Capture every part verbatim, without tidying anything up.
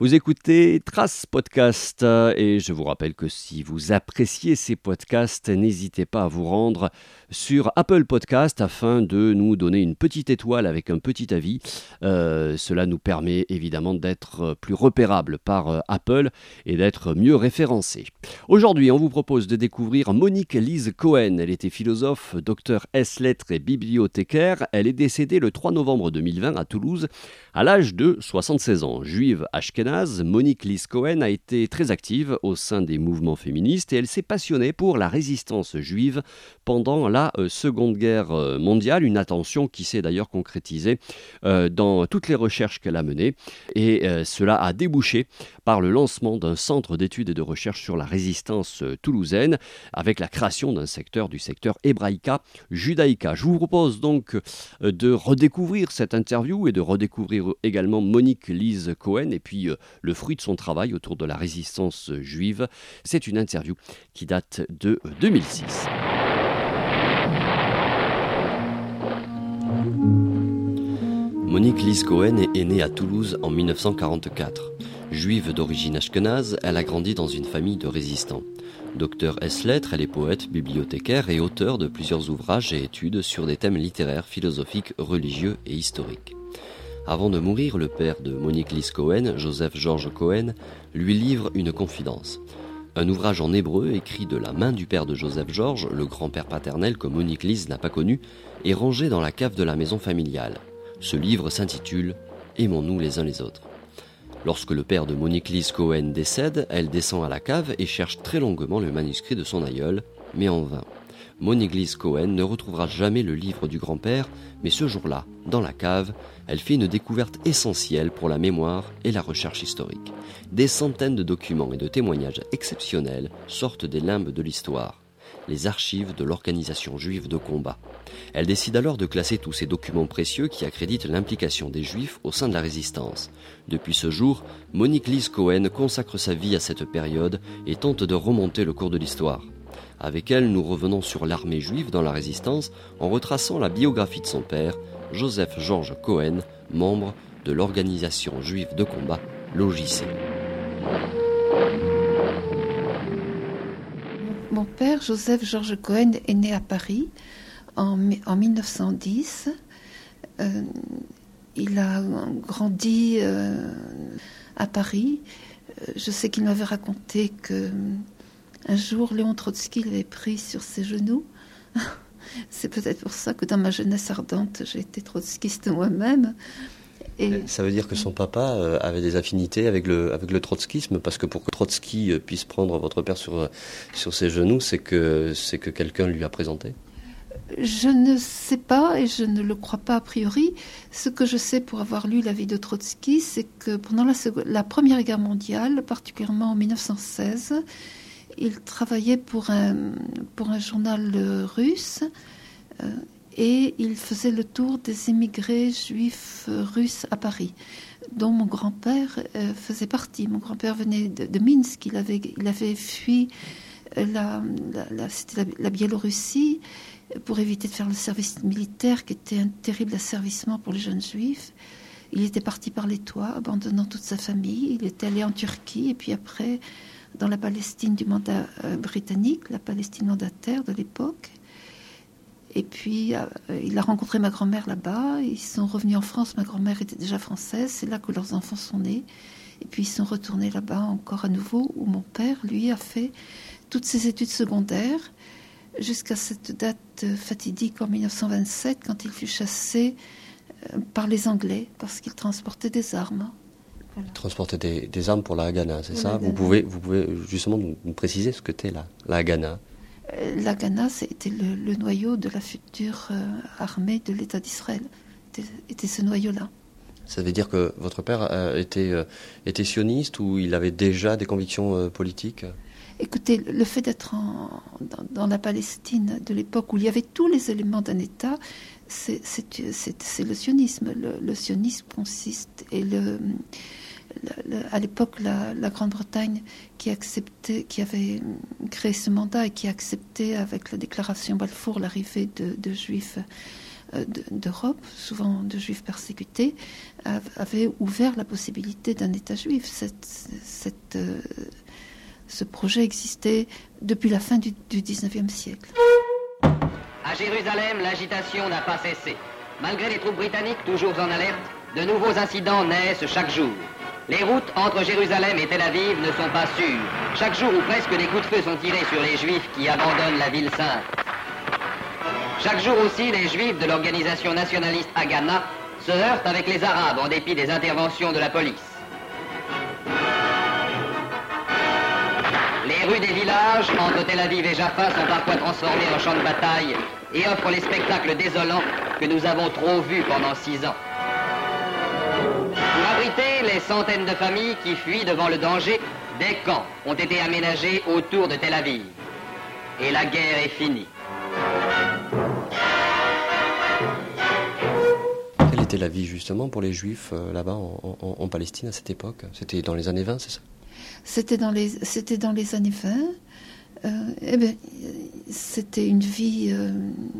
Vous écoutez Trace Podcast euh, et je vous rappelle que si vous appréciez ces podcasts, n'hésitez pas à vous rendre sur Apple Podcast afin de nous donner une petite étoile avec un petit avis. Euh, cela nous permet évidemment d'être plus repérables par euh, Apple et d'être mieux référencés. Aujourd'hui, on vous propose de découvrir Monique Lise Cohen. Elle était philosophe, docteur ès lettres et bibliothécaire. Elle est décédée le trois novembre deux mille vingt à Toulouse à l'âge de soixante-seize ans. Juive ashkénaze, Monique Lise Cohen a été très active au sein des mouvements féministes et elle s'est passionnée pour la résistance juive pendant la euh, Seconde Guerre mondiale, une attention qui s'est d'ailleurs concrétisée euh, dans toutes les recherches qu'elle a menées et euh, cela a débouché par le lancement d'un centre d'études et de recherche sur la résistance euh, toulousaine avec la création d'un secteur du secteur Hebraïca Judaïca. Je vous propose donc euh, de redécouvrir cette interview et de redécouvrir également Monique Lise Cohen et puis euh, le fruit de son travail autour de la résistance juive. C'est une interview qui date de deux mille six. Monique Lise Cohen est née à Toulouse en dix-neuf cent quarante-quatre. Juive d'origine ashkénaze, elle a grandi dans une famille de résistants. Docteur ès lettres, elle est poète, bibliothécaire et auteur de plusieurs ouvrages et études sur des thèmes littéraires, philosophiques, religieux et historiques. Avant de mourir, le père de Monique Lise Cohen, Joseph George Cohen, lui livre une confidence. Un ouvrage en hébreu écrit de la main du père de Joseph George, le grand-père paternel que Monique Lise n'a pas connu, est rangé dans la cave de la maison familiale. Ce livre s'intitule « Aimons-nous les uns les autres ». Lorsque le père de Monique Lise Cohen décède, elle descend à la cave et cherche très longuement le manuscrit de son aïeul, mais en vain. Monique Lise Cohen ne retrouvera jamais le livre du grand-père, mais ce jour-là, dans la cave, elle fait une découverte essentielle pour la mémoire et la recherche historique. Des centaines de documents et de témoignages exceptionnels sortent des limbes de l'histoire, les archives de l'organisation juive de combat. Elle décide alors de classer tous ces documents précieux qui accréditent l'implication des Juifs au sein de la résistance. Depuis ce jour, Monique Lise Cohen consacre sa vie à cette période et tente de remonter le cours de l'histoire. Avec elle, nous revenons sur l'armée juive dans la résistance en retraçant la biographie de son père, Joseph George Cohen, membre de l'organisation juive de combat, l'O J C. Mon père, Joseph George Cohen, est né à Paris en, en dix-neuf cent dix. Euh, il a grandi euh, à Paris. Je sais qu'il m'avait raconté que un jour, Léon Trotsky l'avait pris sur ses genoux. C'est peut-être pour ça que dans ma jeunesse ardente, j'ai été trotskiste moi-même. Et ça veut dire que son papa avait des affinités avec le, avec le trotskisme, parce que pour que Trotsky puisse prendre votre père sur, sur ses genoux, c'est que, c'est que quelqu'un lui a présenté ? Je ne sais pas et je ne le crois pas a priori. Ce que je sais pour avoir lu la vie de Trotsky, c'est que pendant la, seconde, la Première Guerre mondiale, particulièrement en dix-neuf cent seize, il travaillait pour un, pour un journal russe euh, et il faisait le tour des immigrés juifs russes à Paris, dont mon grand-père euh, faisait partie. Mon grand-père venait de, de Minsk, il avait, il avait fui la, la, la, c'était la, la Biélorussie pour éviter de faire le service militaire qui était un terrible asservissement pour les jeunes juifs. Il était parti par les toits, abandonnant toute sa famille. Il était allé en Turquie et puis après dans la Palestine du mandat euh, britannique, la Palestine mandataire de l'époque. Et puis, euh, il a rencontré ma grand-mère là-bas. Ils sont revenus en France. Ma grand-mère était déjà française. C'est là que leurs enfants sont nés. Et puis, ils sont retournés là-bas encore à nouveau, où mon père, lui, a fait toutes ses études secondaires jusqu'à cette date fatidique en dix-neuf cent vingt-sept, quand il fut chassé euh, par les Anglais, parce qu'il transportait des armes. Voilà. Transporter des, des armes pour la Haganah, c'est pour ça vous pouvez, vous pouvez justement nous, nous préciser ce que c'était la, la Haganah. euh, La Haganah, c'était le, le noyau de la future euh, armée de l'État d'Israël. Était, était ce noyau-là. Ça veut dire que votre père euh, était, euh, était sioniste ou il avait déjà des convictions euh, politiques ? Écoutez, le fait d'être en, dans, dans la Palestine de l'époque où il y avait tous les éléments d'un État, c'est, c'est, c'est, c'est le sionisme. Le, le sionisme consiste, et le, le, le, à l'époque, la, la Grande-Bretagne qui acceptait, qui avait créé ce mandat et qui acceptait avec la déclaration Balfour l'arrivée de, de Juifs euh, d'Europe, souvent de juifs persécutés, avaient ouvert la possibilité d'un État juif. Cette, cette, euh, ce projet existait depuis la fin du, du dix-neuvième siècle. À Jérusalem, l'agitation n'a pas cessé. Malgré les troupes britanniques toujours en alerte, de nouveaux incidents naissent chaque jour. Les routes entre Jérusalem et Tel Aviv ne sont pas sûres. Chaque jour ou presque, des coups de feu sont tirés sur les Juifs qui abandonnent la ville sainte. Chaque jour aussi, les Juifs de l'organisation nationaliste Haganah se heurtent avec les Arabes en dépit des interventions de la police. Les rues des villages entre Tel Aviv et Jaffa sont parfois transformées en champs de bataille et offrent les spectacles désolants que nous avons trop vus pendant six ans. Pour abriter les centaines de familles qui fuient devant le danger, des camps ont été aménagés autour de Tel Aviv. Et la guerre est finie. Quelle était la vie justement pour les Juifs euh, là-bas en, en, en Palestine à cette époque? C'était dans les années vingt, c'est ça? C'était dans les, c'était dans les années vingt. Euh, eh bien, c'était une vie... Euh,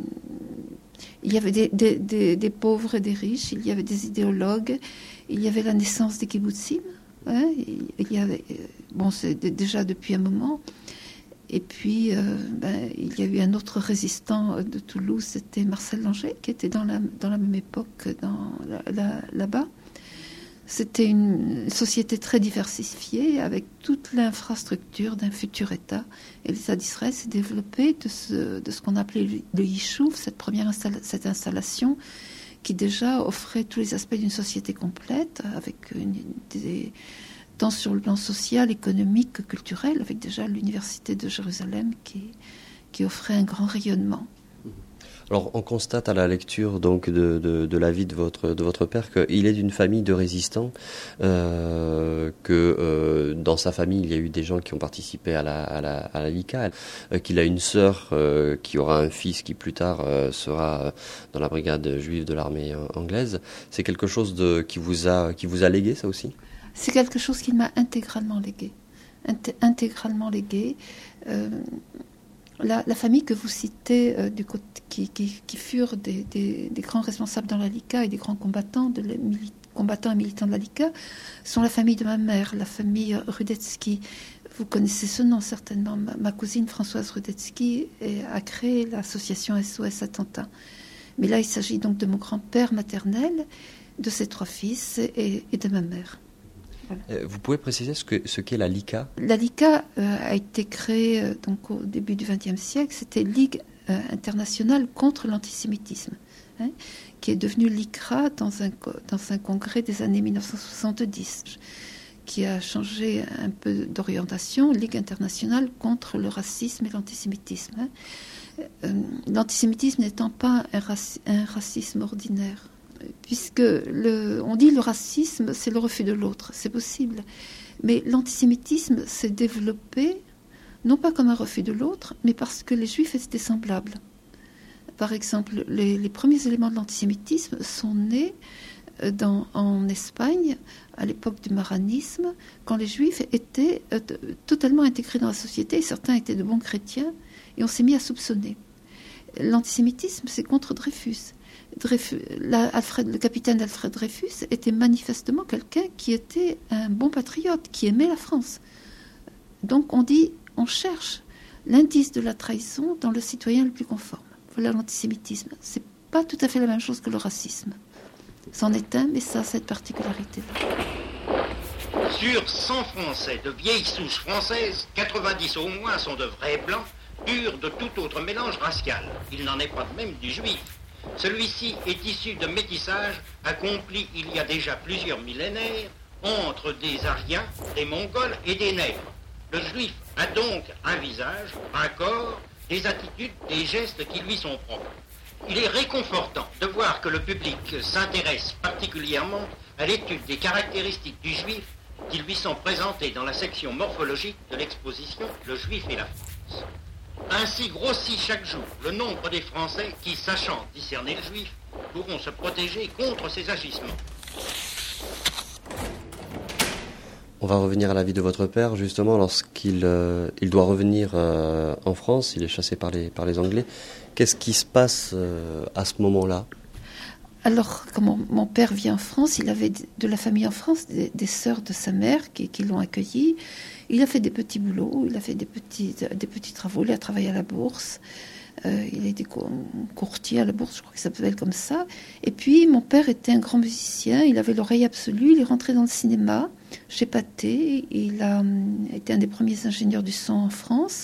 il y avait des, des, des, des pauvres et des riches, il y avait des idéologues, il y avait la naissance des kibbutzim. Hein, il y avait, bon, c'est déjà depuis un moment. Et puis, euh, ben, il y a eu un autre résistant de Toulouse, c'était Marcel Langer, qui était dans la, dans la même époque dans la, la, là-bas. C'était une société très diversifiée, avec toute l'infrastructure d'un futur État. Et l'État d'Israël s'est développé de ce, de ce qu'on appelait le Yishuv, cette première installa- cette installation, qui déjà offrait tous les aspects d'une société complète, avec une, des, tant sur le plan social, économique que culturel, avec déjà l'université de Jérusalem qui, qui offrait un grand rayonnement. Alors, on constate à la lecture donc de, de, de la vie de votre de votre père qu'il est d'une famille de résistants, euh, que euh, dans sa famille il y a eu des gens qui ont participé à la à la, à la L I C A, euh, qu'il a une sœur euh, qui aura un fils qui plus tard euh, sera dans la brigade juive de l'armée anglaise. C'est quelque chose de qui vous a qui vous a légué ça aussi? C'est quelque chose qui m'a intégralement légué, Inté- intégralement légué. Euh, La, la famille que vous citez, euh, du côté, qui, qui, qui furent des, des, des grands responsables dans la L I C A et des grands combattants, de la, mili, combattants et militants de la L I C A, sont la famille de ma mère, la famille Rudetsky. Vous connaissez ce nom certainement. Ma, ma cousine Françoise Rudetsky a créé l'association S O S Attentat. Mais là, il s'agit donc de mon grand-père maternel, de ses trois fils et, et de ma mère. Voilà. Vous pouvez préciser ce, que, ce qu'est la L I C A? La L I C A euh, a été créée euh, donc, au début du vingtième siècle. C'était Ligue euh, internationale contre l'antisémitisme, hein, qui est devenue l'I C R A dans un, dans un congrès des années mille neuf cent soixante-dix, qui a changé un peu d'orientation, Ligue internationale contre le racisme et l'antisémitisme. Hein. Euh, l'antisémitisme n'étant pas un, raci- un racisme ordinaire. Puisque le, on dit le racisme, c'est le refus de l'autre, c'est possible. Mais l'antisémitisme s'est développé, non pas comme un refus de l'autre, mais parce que les Juifs étaient semblables. Par exemple, les, les premiers éléments de l'antisémitisme sont nés dans, en Espagne, à l'époque du maranisme, quand les Juifs étaient euh, totalement intégrés dans la société, et certains étaient de bons chrétiens, et on s'est mis à soupçonner. L'antisémitisme, c'est contre Dreyfus. Dreyfus, la, Alfred, le capitaine Alfred Dreyfus était manifestement quelqu'un qui était un bon patriote, qui aimait la France. Donc on dit, on cherche l'indice de la trahison dans le citoyen le plus conforme. Voilà l'antisémitisme. C'est pas tout à fait la même chose que le racisme. C'en est un, mais ça a cette particularité-là. Sur cent Français de vieille souche française, quatre-vingt-dix au moins sont de vrais blancs, purs de tout autre mélange racial. Il n'en est pas de même du juif. Celui-ci est issu de métissage accompli il y a déjà plusieurs millénaires entre des Aryens, des Mongols et des Nègres. Le juif a donc un visage, un corps, des attitudes, des gestes qui lui sont propres. Il est réconfortant de voir que le public s'intéresse particulièrement à l'étude des caractéristiques du juif qui lui sont présentées dans la section morphologique de l'exposition « Le juif et la France ». Ainsi grossit chaque jour le nombre des Français qui, sachant discerner le juif, pourront se protéger contre ces agissements. On va revenir à la vie de votre père, justement, lorsqu'il euh, il doit revenir euh, en France, il est chassé par les, par les Anglais. Qu'est-ce qui se passe euh, à ce moment-là? alors, quand mon, mon père vit en France, il avait de la famille en France, des, des sœurs de sa mère qui, qui l'ont accueilli. Il a fait des petits boulots, il a fait des petits, des petits travaux, il a travaillé à la bourse. Euh, il était courtier à la bourse, je crois que ça s'appelle comme ça. Et puis, mon père était un grand musicien, il avait l'oreille absolue, il est rentré dans le cinéma, chez Pathé. Il a été un des premiers ingénieurs du son en France.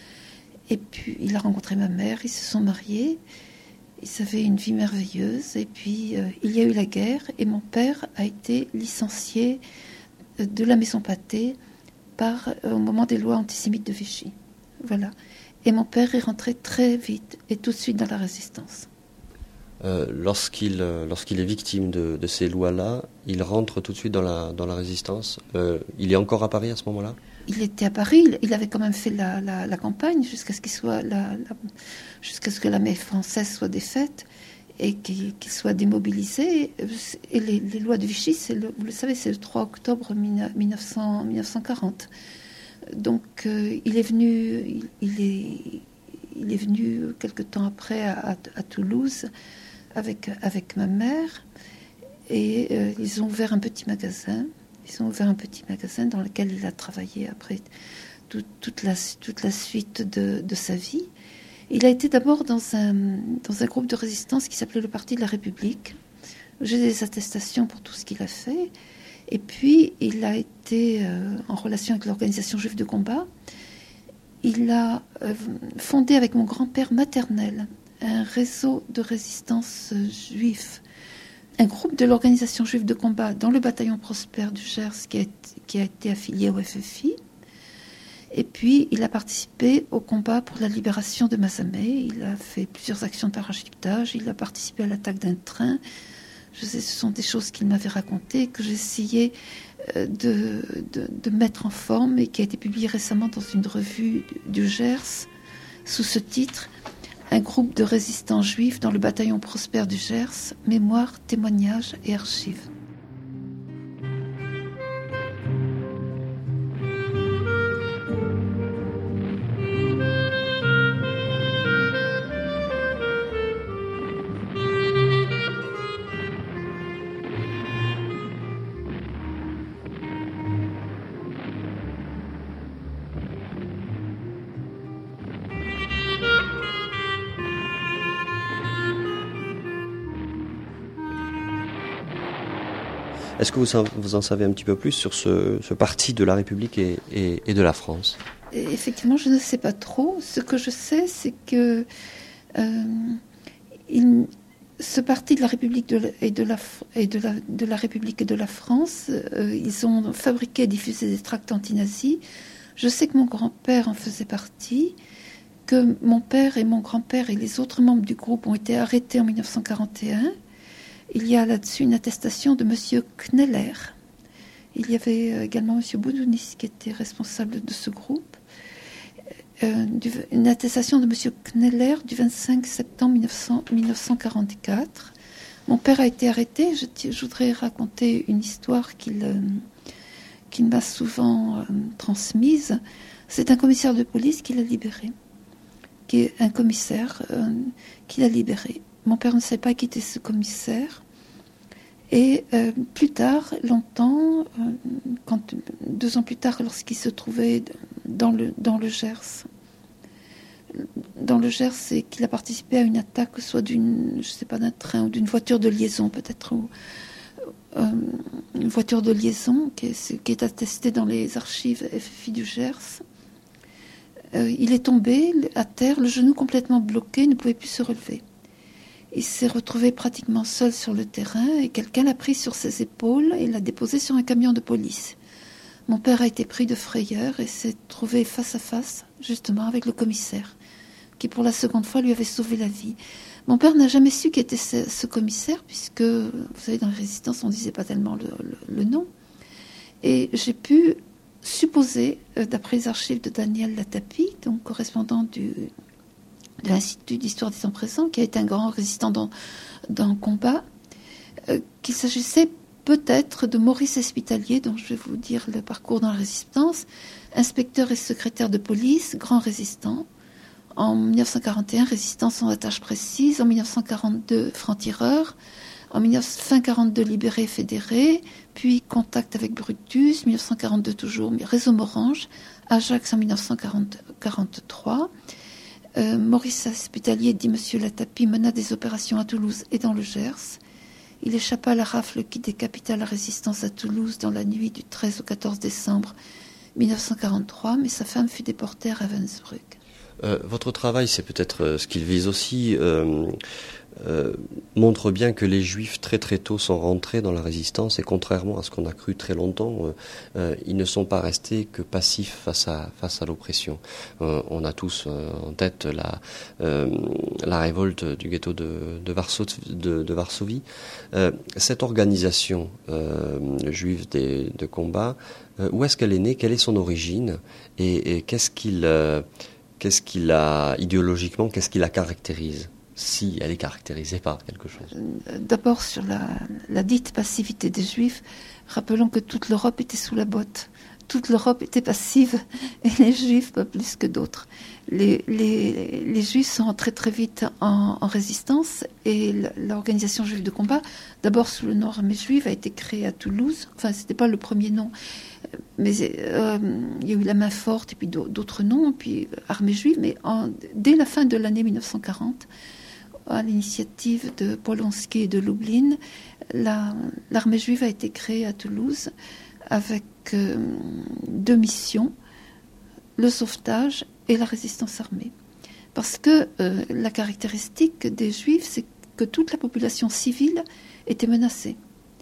Et puis, il a rencontré ma mère, ils se sont mariés. Ils avaient une vie merveilleuse. Et puis, euh, il y a eu la guerre. Et mon père a été licencié de la maison Pathé par, euh, au moment des lois antisémites de Vichy. Voilà. Et mon père est rentré très vite et tout de suite dans la résistance. Euh, lorsqu'il, euh, lorsqu'il est victime de, de ces lois-là, il rentre tout de suite dans la, dans la résistance. Euh, il est encore à Paris à ce moment-là ? Il était à Paris, il, il avait quand même fait la, la, la campagne jusqu'à ce, qu'il soit la, la, jusqu'à ce que l'armée française soit défaite et qu'il, qu'il soit démobilisé. Et les, les lois de Vichy, c'est le, vous le savez, c'est le trois octobre mille neuf cent quarante. Donc euh, il est venu, il, il, est, il est venu quelque temps après à, à, à Toulouse avec, avec ma mère et euh, ils ont ouvert un petit magasin. Ils ont ouvert un petit magasin dans lequel il a travaillé après tout, toute, la, toute la suite de, de sa vie. Il a été d'abord dans un, dans un groupe de résistance qui s'appelait le Parti de la République. J'ai des attestations pour tout ce qu'il a fait. Et puis, il a été euh, en relation avec l'organisation juive de combat. Il a euh, fondé avec mon grand-père maternel un réseau de résistance euh, juive, un groupe de l'organisation juive de combat dans le bataillon Prosper du Gers qui a, qui a été affilié au F F I. Et puis, il a participé au combat pour la libération de Mazamet. Il a fait plusieurs actions de parachutage. Il a participé à l'attaque d'un train. Je sais, ce sont des choses qu'il m'avait racontées, que j'essayais de, de, de mettre en forme et qui a été publiée récemment dans une revue du Gers sous ce titre « Un groupe de résistants juifs dans le bataillon Prosper du Gers, mémoire, témoignages et archives ». Est-ce que vous, vous en savez un petit peu plus sur ce, ce parti de la République et, et, et de la France ? Et effectivement, je ne sais pas trop. Ce que je sais, c'est que euh, il, ce parti de la République de la, et, de la, et de, la, de la République et de la France, euh, ils ont fabriqué et diffusé des tracts anti-nazis. Je sais que mon grand-père en faisait partie, que mon père et mon grand-père et les autres membres du groupe ont été arrêtés en dix-neuf cent quarante et un. Il y a là-dessus une attestation de M. Kneller. Il y avait également M. Boudounis qui était responsable de ce groupe. Euh, du, une attestation de M. Kneller du vingt-cinq septembre dix-neuf cent quarante-quatre. Mon père a été arrêté. Je, je voudrais raconter une histoire qu'il, euh, qu'il m'a souvent euh, transmise. C'est un commissaire de police qui l'a libéré. Qui est un commissaire euh, qui l'a libéré. Mon père ne savait pas qui était ce commissaire. Et euh, plus tard, longtemps, euh, quand, deux ans plus tard, lorsqu'il se trouvait dans le, dans le Gers, dans le Gers, et qu'il a participé à une attaque, soit d'une, je sais pas, d'un train ou d'une voiture de liaison, peut-être, ou, euh, une voiture de liaison qui est, qui est attestée dans les archives F F I du Gers. Euh, il est tombé à terre, le genou complètement bloqué, il ne pouvait plus se relever. Il s'est retrouvé pratiquement seul sur le terrain et quelqu'un l'a pris sur ses épaules et l'a déposé sur un camion de police. Mon père a été pris de frayeur et s'est trouvé face à face, justement, avec le commissaire, qui pour la seconde fois lui avait sauvé la vie. Mon père n'a jamais su qui était ce, ce commissaire, puisque, vous savez, dans les résistances, on ne disait pas tellement le, le, le nom. Et j'ai pu supposer, euh, d'après les archives de Daniel Latapi, donc correspondant du... de l'Institut d'Histoire des temps présents, qui a été un grand résistant dans, dans le combat, euh, qu'il s'agissait peut-être de Maurice Espitalier, dont je vais vous dire le parcours dans la résistance, inspecteur et secrétaire de police, grand résistant. En dix-neuf cent quarante et un, résistant sans attache précise. En dix-neuf cent quarante-deux, franc-tireur. En fin quarante-deux, libéré, fédéré, puis contact avec Brutus, mille neuf cent quarante-deux toujours, mais réseau Morange, Ajax en mille neuf cent quarante-trois. Euh, Maurice Hospitalier, dit Monsieur Latapie, mena des opérations à Toulouse et dans le Gers. Il échappa à la rafle qui décapita la résistance à Toulouse dans la nuit du treize au quatorze décembre mille neuf cent quarante-trois, mais sa femme fut déportée à Ravensbrück. Euh, votre travail, c'est peut-être euh, ce qu'il vise aussi, euh, euh, montre bien que les Juifs très très tôt sont rentrés dans la résistance et contrairement à ce qu'on a cru très longtemps, euh, euh, ils ne sont pas restés que passifs face à face à l'oppression. Euh, on a tous euh, en tête la euh, la révolte du ghetto de de, Varso, de, de Varsovie. Euh, cette organisation euh, juive des, de combat, euh, où est-ce qu'elle est née? Quelle est son origine? Et, et qu'est-ce qu'il euh, Qu'est-ce qui la, idéologiquement, qu'est-ce qui la caractérise, si elle est caractérisée par quelque chose? D'abord, sur la, la dite passivité des Juifs, rappelons que toute l'Europe était sous la botte. Toute l'Europe était passive, et les Juifs pas plus que d'autres. Les, les, les Juifs sont entrés très vite en, en résistance, et l'organisation juive de combat, d'abord sous le nom Armée juive, a été créée à Toulouse. Enfin, c'était pas le premier nom, mais euh, il y a eu la Main forte et puis d'autres noms, puis Armée juive. Mais en, dès la fin de l'année mille neuf cent quarante, à l'initiative de Polonsky et de Lublin, la, l'armée juive a été créée à Toulouse avec euh, deux missions, le sauvetage et la résistance armée. Parce que euh, la caractéristique des Juifs, c'est que toute la population civile était menacée.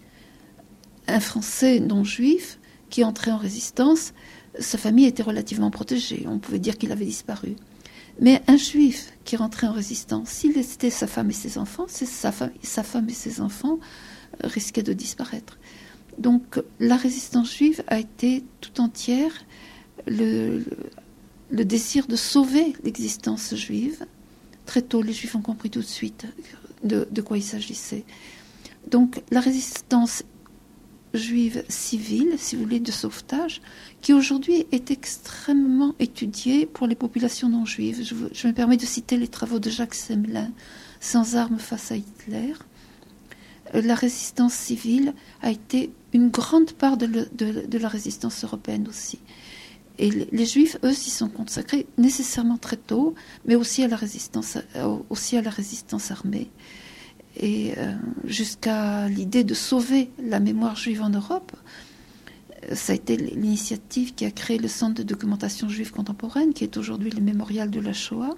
Un Français non-juif qui entrait en résistance, sa famille était relativement protégée. On pouvait dire qu'il avait disparu. Mais un Juif qui rentrait en résistance, s'il était sa femme et ses enfants, c'est sa, femme, sa femme et ses enfants risquaient de disparaître. Donc la résistance juive a été tout entière le, le, le désir de sauver l'existence juive. Très tôt, les Juifs ont compris tout de suite de, de quoi il s'agissait. Donc la résistance juive civile, si vous voulez, de sauvetage, qui aujourd'hui est extrêmement étudiée pour les populations non juives. Je, je me permets de citer les travaux de Jacques Semelin, Sans armes face à Hitler. La résistance civile a été une grande part de, le, de, de la résistance européenne aussi. Et les, les Juifs, eux, s'y sont consacrés nécessairement très tôt, mais aussi à la résistance, aussi à la résistance armée. Et euh, jusqu'à l'idée de sauver la mémoire juive en Europe, ça a été l'initiative qui a créé le Centre de documentation juive contemporaine, qui est aujourd'hui le mémorial de la Shoah.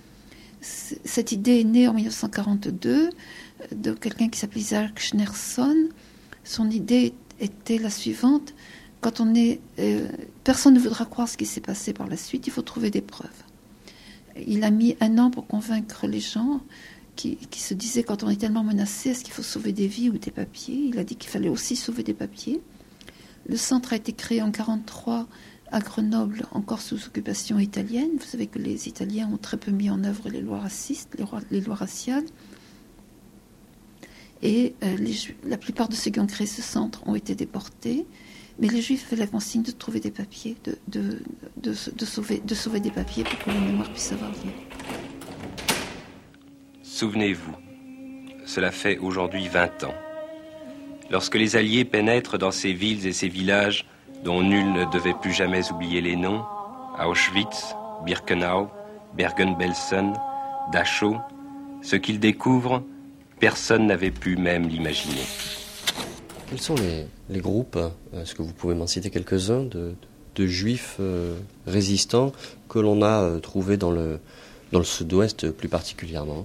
Cette idée est née en mille neuf cent quarante-deux de quelqu'un qui s'appelait Isaac Schneerson. Son idée était la suivante: quand on est, euh, personne ne voudra croire ce qui s'est passé par la suite, il faut trouver des preuves. Il a mis un an pour convaincre les gens qui, qui se disaient, quand on est tellement menacé, est-ce qu'il faut sauver des vies ou des papiers? Il a dit qu'il fallait aussi sauver des papiers. Le centre a été créé en mille neuf cent quarante-trois à Grenoble, encore sous occupation italienne. Vous savez que les Italiens ont très peu mis en œuvre les lois racistes, les, lois, les lois raciales. Et euh, les, la plupart de ceux qui ont créé ce centre ont été déportés. Mais les Juifs avaient la consigne de trouver des papiers, de, de, de, de, sauver, de sauver des papiers pour que la mémoire puisse avoir lieu. Souvenez-vous, cela fait aujourd'hui vingt ans. Lorsque les Alliés pénètrent dans ces villes et ces villages dont nul ne devait plus jamais oublier les noms, Auschwitz, Birkenau, Bergen-Belsen, Dachau, ce qu'ils découvrent, personne n'avait pu même l'imaginer. Quels sont les, les groupes, est-ce que vous pouvez m'en citer quelques-uns, de, de juifs euh, résistants que l'on a euh, trouvés dans le, dans le sud-ouest plus particulièrement?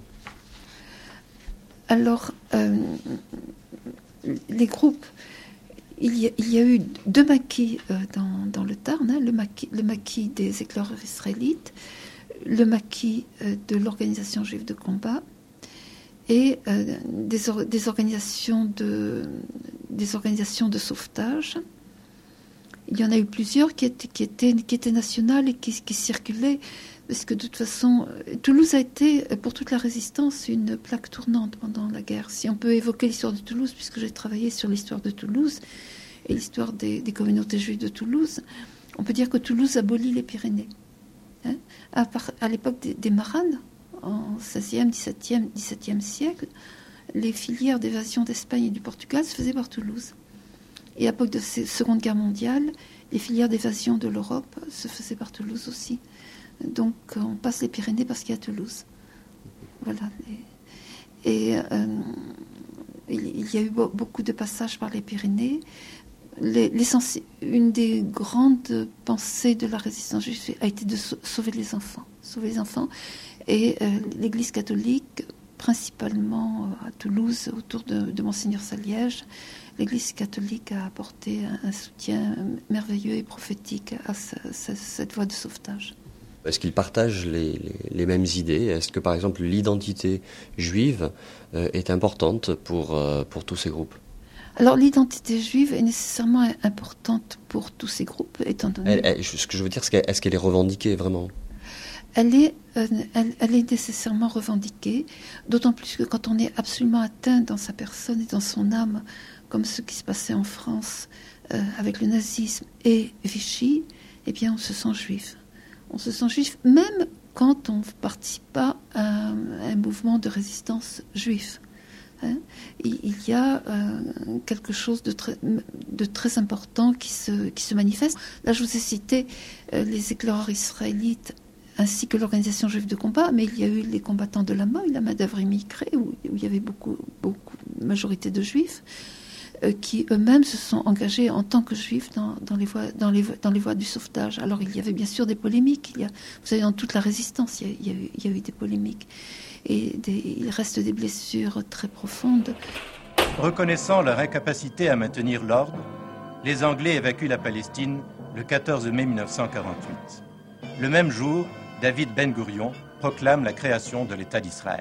Alors, euh, les groupes, il y a, il y a eu deux maquis euh, dans, dans le Tarn, hein, le, maquis, le maquis des éclaireurs israélites, le maquis euh, de l'organisation juive de combat, et euh, des, or, des, organisations de, des organisations de sauvetage. Il y en a eu plusieurs qui étaient, qui étaient, qui étaient nationales et qui, qui circulaient, parce que de toute façon, Toulouse a été, pour toute la résistance, une plaque tournante pendant la guerre. Si on peut évoquer l'histoire de Toulouse, puisque j'ai travaillé sur l'histoire de Toulouse et l'histoire des, des communautés juives de Toulouse, on peut dire que Toulouse abolit les Pyrénées. Hein, à, par, à l'époque des, des Maranes, en seizième, dix-septième, dix-septième siècle, les filières d'évasion d'Espagne et du Portugal se faisaient par Toulouse. Et à l'époque de la Seconde Guerre mondiale, les filières d'évasion de l'Europe se faisaient par Toulouse aussi. Donc on passe les Pyrénées parce qu'il y a Toulouse. Voilà. Et, et euh, il y a eu beaucoup de passages par les Pyrénées. Les, une des grandes pensées de la résistance juive a été de sauver les enfants. Sauver les enfants. Et euh, l'Église catholique, principalement à Toulouse, autour de, de Monseigneur Saliège, l'Église catholique a apporté un, un soutien merveilleux et prophétique à ce, ce, cette voie de sauvetage. Est-ce qu'ils partagent les, les, les mêmes idées ? Est-ce que, par exemple, l'identité juive euh, est importante pour, euh, pour tous ces groupes ? Alors, l'identité juive est nécessairement importante pour tous ces groupes, étant donné... Elle, elle, ce que je veux dire, c'est qu'elle, est-ce qu'elle est revendiquée, vraiment ? Elle est, euh, elle, elle est nécessairement revendiquée, d'autant plus que quand on est absolument atteint dans sa personne et dans son âme, comme ce qui se passait en France euh, avec le nazisme et Vichy, eh bien, on se sent juif. On se sent juif, même quand on ne participe pas à un, à un mouvement de résistance juif. Hein, il, il y a euh, quelque chose de très, de très important qui se, qui se manifeste. Là, je vous ai cité euh, les éclaireurs israélites ainsi que l'organisation juive de combat, mais il y a eu les combattants de la M O I, la main-d'œuvre immigrée, où, où il y avait beaucoup, beaucoup, majorité de juifs, euh, qui eux-mêmes se sont engagés en tant que juifs dans, dans, les voies, dans, les, dans les voies du sauvetage. Alors il y avait bien sûr des polémiques, il y a, vous savez, dans toute la résistance, il y a, il y a, eu, il y a eu des polémiques, et des, il reste des blessures très profondes. Reconnaissant leur incapacité à maintenir l'ordre, les Anglais évacuent la Palestine le quatorze mai mille neuf cent quarante-huit. Le même jour, David Ben Gourion proclame la création de l'État d'Israël.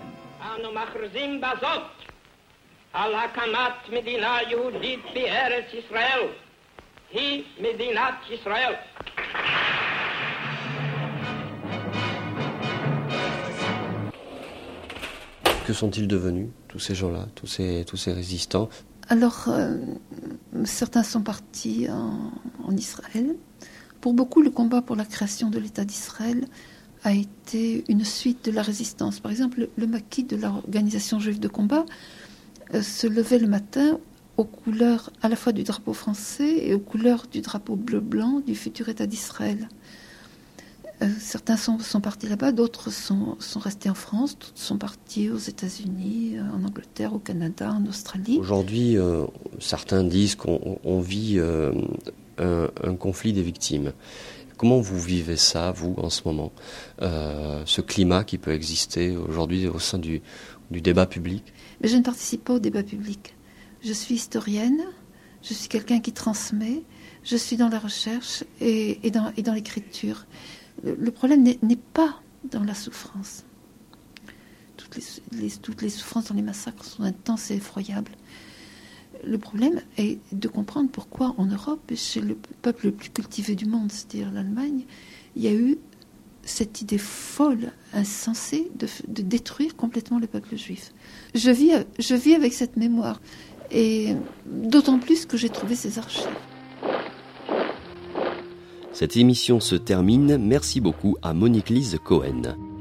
Que sont-ils devenus, tous ces gens-là, tous ces, tous ces résistants ? Alors, euh, certains sont partis en, en Israël. Pour beaucoup, le combat pour la création de l'État d'Israël a été une suite de la résistance. Par exemple, le, le maquis de l'organisation juive de combat euh, se levait le matin aux couleurs à la fois du drapeau français et aux couleurs du drapeau bleu-blanc du futur État d'Israël. Euh, certains sont, sont partis là-bas, d'autres sont, sont restés en France, d'autres sont partis aux États-Unis, en Angleterre, au Canada, en Australie. Aujourd'hui, euh, certains disent qu'on on vit euh, un, un conflit des victimes. Comment vous vivez ça, vous, en ce moment, euh, ce climat qui peut exister aujourd'hui au sein du, du débat public ? Mais je ne participe pas au débat public. Je suis historienne, je suis quelqu'un qui transmet, je suis dans la recherche et, et, dans, et dans l'écriture. Le, le problème n'est, n'est pas dans la souffrance. Toutes les, les, toutes les souffrances dans les massacres sont intenses et effroyables. Le problème est de comprendre pourquoi en Europe, chez le peuple le plus cultivé du monde, c'est-à-dire l'Allemagne, il y a eu cette idée folle, insensée, de, de détruire complètement le peuple juif. Je vis, je vis avec cette mémoire, et d'autant plus que j'ai trouvé ces archives. Cette émission se termine. Merci beaucoup à Monique Lise Cohen.